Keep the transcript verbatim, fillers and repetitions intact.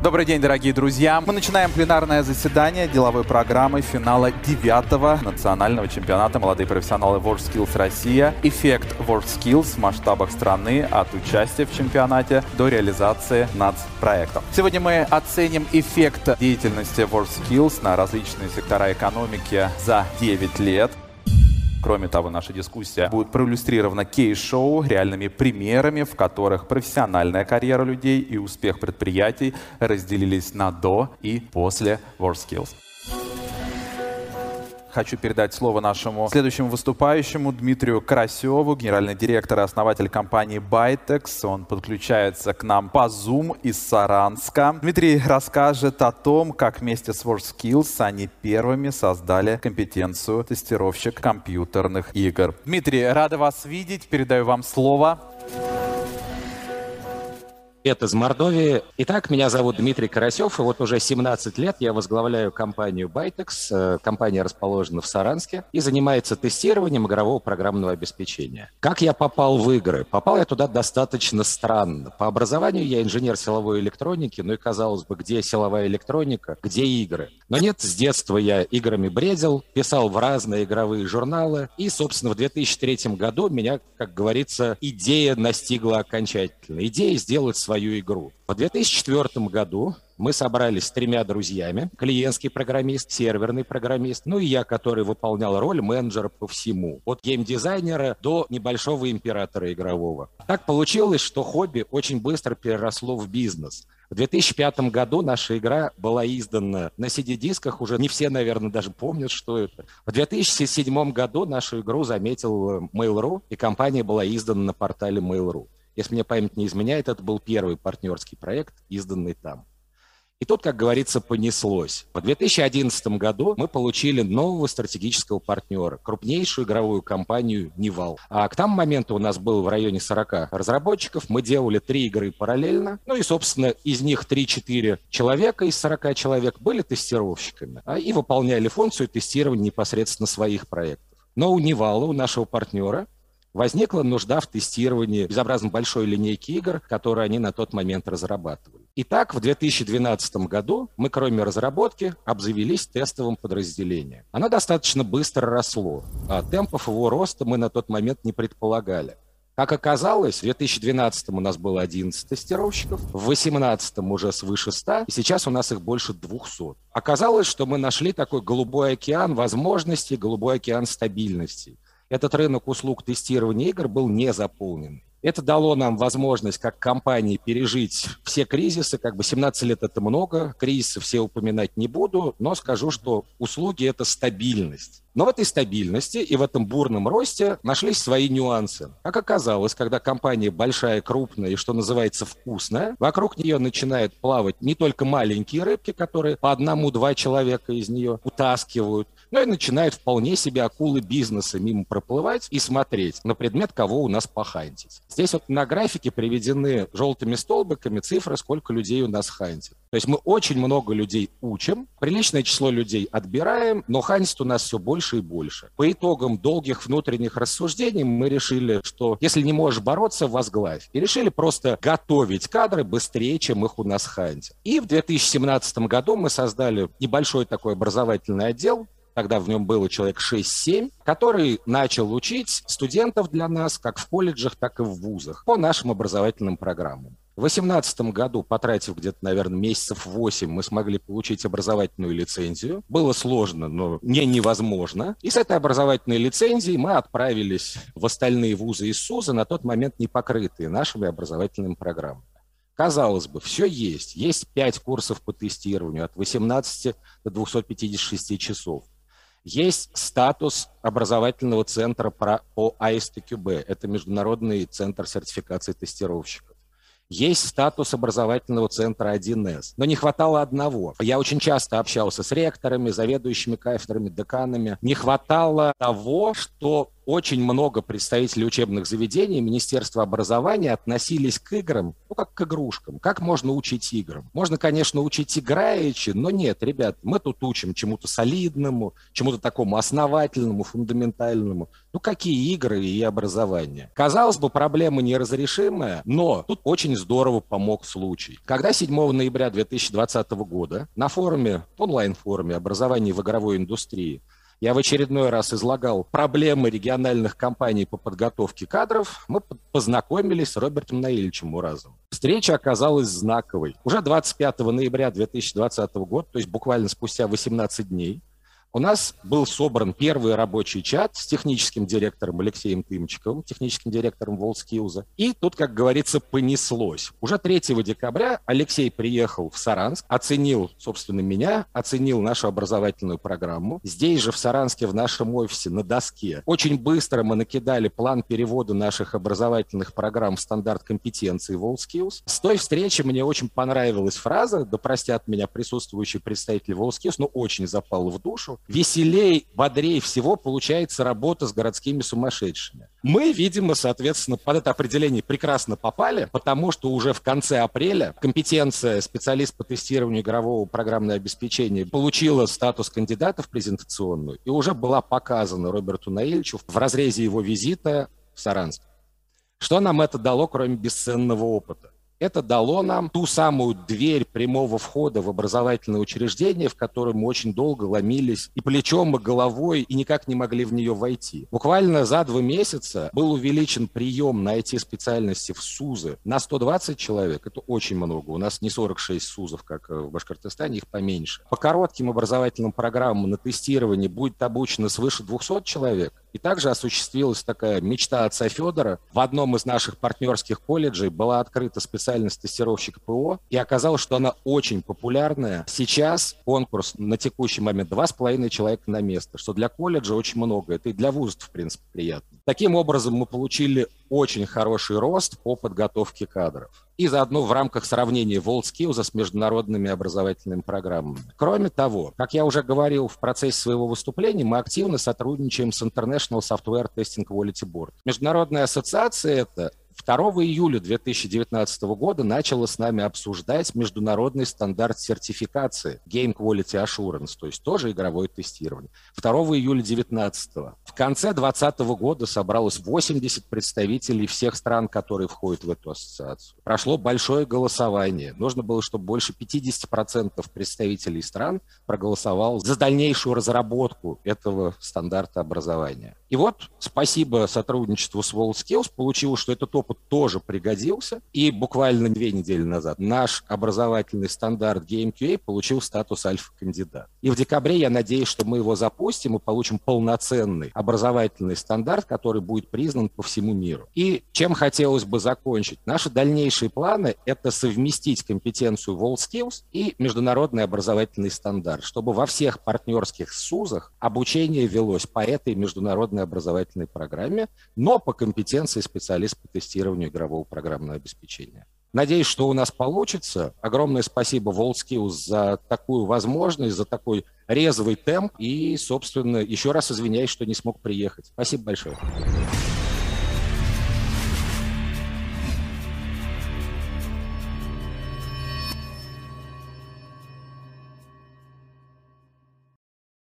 Добрый день, дорогие друзья. Мы начинаем пленарное заседание деловой программы финала девятого национального чемпионата «Молодые профессионалы WorldSkills Россия». Эффект WorldSkills в масштабах страны от участия в чемпионате до реализации нацпроектов. Сегодня мы оценим эффект деятельности WorldSkills на различные сектора экономики за девять лет. Кроме того, наша дискуссия будет проиллюстрирована кейс-шоу, реальными примерами, в которых профессиональная карьера людей и успех предприятий разделились на до и после WorldSkills. Хочу передать слово нашему следующему выступающему, Дмитрию Карасеву, генеральный директор и основатель компании Bytex. Он подключается к нам по Zoom из Саранска. Дмитрий расскажет о том, как вместе с WorldSkills они первыми создали компетенцию тестировщик компьютерных игр. Дмитрий, рада вас видеть. Передаю вам слово. Привет из Мордовии. Итак, меня зовут Дмитрий Карасев, и вот уже семнадцать лет я возглавляю компанию Bytex. Компания расположена в Саранске и занимается тестированием игрового программного обеспечения. Как я попал в игры? Попал я туда достаточно странно. По образованию я инженер силовой электроники, ну и, казалось бы, где силовая электроника, где игры? Но нет, с детства я играми бредил, писал в разные игровые журналы, и, собственно, в две тысячи третьем году меня, как говорится, идея настигла окончательно. Идея сделать свою игру. В две тысячи четвёртом году мы собрались с тремя друзьями: клиентский программист, серверный программист, ну и я, который выполнял роль менеджера по всему, от геймдизайнера до небольшого императора игрового. Так получилось, что хобби очень быстро переросло в бизнес. В две тысячи пятом году наша игра была издана на си ди-дисках, уже не все, наверное, даже помнят, что это. В две тысячи седьмом году нашу игру заметил Mail.ru, и компания была издана на портале Mail.ru. Если мне память не изменяет, это был первый партнерский проект, изданный там. И тут, как говорится, понеслось. В две тысячи одиннадцатом году мы получили нового стратегического партнера, крупнейшую игровую компанию Nival. А к тому моменту у нас было в районе сорока разработчиков, мы делали три игры параллельно, ну и, собственно, из них три-четыре человека из сорока человек были тестировщиками, а, и выполняли функцию тестирования непосредственно своих проектов. Но у Nival, у нашего партнера, возникла нужда в тестировании безобразно большой линейки игр, которые они на тот момент разрабатывали. Итак, в две тысячи двенадцатом году мы, кроме разработки, обзавелись тестовым подразделением. Оно достаточно быстро росло, а темпов его роста мы на тот момент не предполагали. Как оказалось, в две тысячи двенадцатом у нас было одиннадцать тестировщиков, в две тысячи восемнадцатом уже свыше ста, и сейчас у нас их больше двухсот. Оказалось, что мы нашли такой голубой океан возможностей, голубой океан стабильности. Этот рынок услуг тестирования игр был не заполнен. Это дало нам возможность как компании пережить все кризисы. Как бы семнадцать лет — это много, кризисы все упоминать не буду, но скажу, что услуги — это стабильность. Но в этой стабильности и в этом бурном росте нашлись свои нюансы. Как оказалось, когда компания большая, крупная и, что называется, вкусная, вокруг нее начинают плавать не только маленькие рыбки, которые по одному-два человека из нее утаскивают, но и начинают вполне себе акулы бизнеса мимо проплывать и смотреть на предмет, кого у нас похантить. Здесь вот на графике приведены желтыми столбиками цифры, сколько людей у нас хантит. То есть мы очень много людей учим, приличное число людей отбираем, но хантит у нас все больше и больше. По итогам долгих внутренних рассуждений мы решили, что если не можешь бороться, возглавь. И решили просто готовить кадры быстрее, чем их у нас хантит. И в две тысячи семнадцатом году мы создали небольшой такой образовательный отдел. Тогда в нем было человек шесть-семь, который начал учить студентов для нас как в колледжах, так и в вузах по нашим образовательным программам. В две тысячи восемнадцатом году, потратив где-то, наверное, месяцев восемь, мы смогли получить образовательную лицензию. Было сложно, но не невозможно. И с этой образовательной лицензией мы отправились в остальные вузы и СУЗы, на тот момент не покрытые нашими образовательными программами. Казалось бы, все есть. Есть пять курсов по тестированию от восемнадцати до двухсот пятидесяти шести часов. Есть статус образовательного центра по ай эс ти кью би. Это Международный центр сертификации тестировщиков. Есть статус образовательного центра один эс. Но не хватало одного. Я очень часто общался с ректорами, заведующими кафедрами, деканами. Не хватало того, что очень много представителей учебных заведений Министерства образования относились к играм, ну, как к игрушкам. Как можно учить играм? Можно, конечно, учить играючи, но нет, ребят, мы тут учим чему-то солидному, чему-то такому основательному, фундаментальному. Ну, какие игры и образование? Казалось бы, проблема неразрешимая, но тут очень здорово помог случай. Когда седьмого ноября две тысячи двадцатого года на форуме, онлайн-форуме образования в игровой индустрии я в очередной раз излагал проблемы региональных компаний по подготовке кадров, мы познакомились с Робертом Наильевичем Муразовым. Встреча оказалась знаковой. Уже двадцать пятого ноября две тысячи двадцатого года, то есть буквально спустя восемнадцать дней, у нас был собран первый рабочий чат с техническим директором Алексеем Тымчиковым, техническим директором WorldSkills. И тут, как говорится, понеслось. Уже третьего декабря Алексей приехал в Саранск, оценил, собственно, меня, оценил нашу образовательную программу. Здесь же, в Саранске, в нашем офисе, на доске, очень быстро мы накидали план перевода наших образовательных программ в стандарт компетенции WorldSkills. С той встречи мне очень понравилась фраза, да простят меня присутствующие представители WorldSkills, но очень запала в душу. Веселей, бодрее всего получается работа с городскими сумасшедшими. Мы, видимо, соответственно, под это определение прекрасно попали, потому что уже в конце апреля компетенция специалист по тестированию игрового программного обеспечения получила статус кандидата в презентационную и уже была показана Роберту Наильевичу в разрезе его визита в Саранск. Что нам это дало, кроме бесценного опыта? Это дало нам ту самую дверь прямого входа в образовательное учреждение, в которое мы очень долго ломились и плечом, и головой, и никак не могли в нее войти. Буквально за два месяца был увеличен прием на ай ти-специальности в СУЗы на сто двадцать человек. Это очень много. У нас не сорок шесть СУЗов, как в Башкортостане, их поменьше. По коротким образовательным программам на тестирование будет обучено свыше двухсот человек. И также осуществилась такая мечта отца Федора. В одном из наших партнерских колледжей была открыта специальность тестировщика ПО, и оказалось, что она очень популярная. Сейчас конкурс на текущий момент два с половиной человека на место, что для колледжа очень много. Это и для вузов, в принципе, приятно. Таким образом, мы получили очень хороший рост по подготовке кадров. И заодно в рамках сравнения WorldSkills с международными образовательными программами. Кроме того, как я уже говорил в процессе своего выступления, мы активно сотрудничаем с International Software Testing Quality Board. Международная ассоциация эта второго июля две тысячи девятнадцатого года начала с нами обсуждать международный стандарт сертификации Game Quality Assurance, то есть тоже игровое тестирование. второго июля две тысячи девятнадцатого. В конце две тысячи двадцатого года собралось восемьдесят представителей всех стран, которые входят в эту ассоциацию. Прошло большое голосование. Нужно было, чтобы больше пятьдесят процентов представителей стран проголосовало за дальнейшую разработку этого стандарта образования. И вот, спасибо сотрудничеству с WorldSkills, получилось, что этот опыт тоже пригодился. И буквально две недели назад наш образовательный стандарт GameQA получил статус альфа-кандидат. И в декабре я надеюсь, что мы его запустим и получим полноценный образовательный стандарт, который будет признан по всему миру. И чем хотелось бы закончить? Наши дальнейшие планы – это совместить компетенцию WorldSkills и международный образовательный стандарт, чтобы во всех партнерских СУЗах обучение велось по этой международной образовательной программе, но по компетенции специалист по тестированию игрового программного обеспечения. Надеюсь, что у нас получится. Огромное спасибо WorldSkills за такую возможность, за такой резвый темп. И, собственно, еще раз извиняюсь, что не смог приехать. Спасибо большое.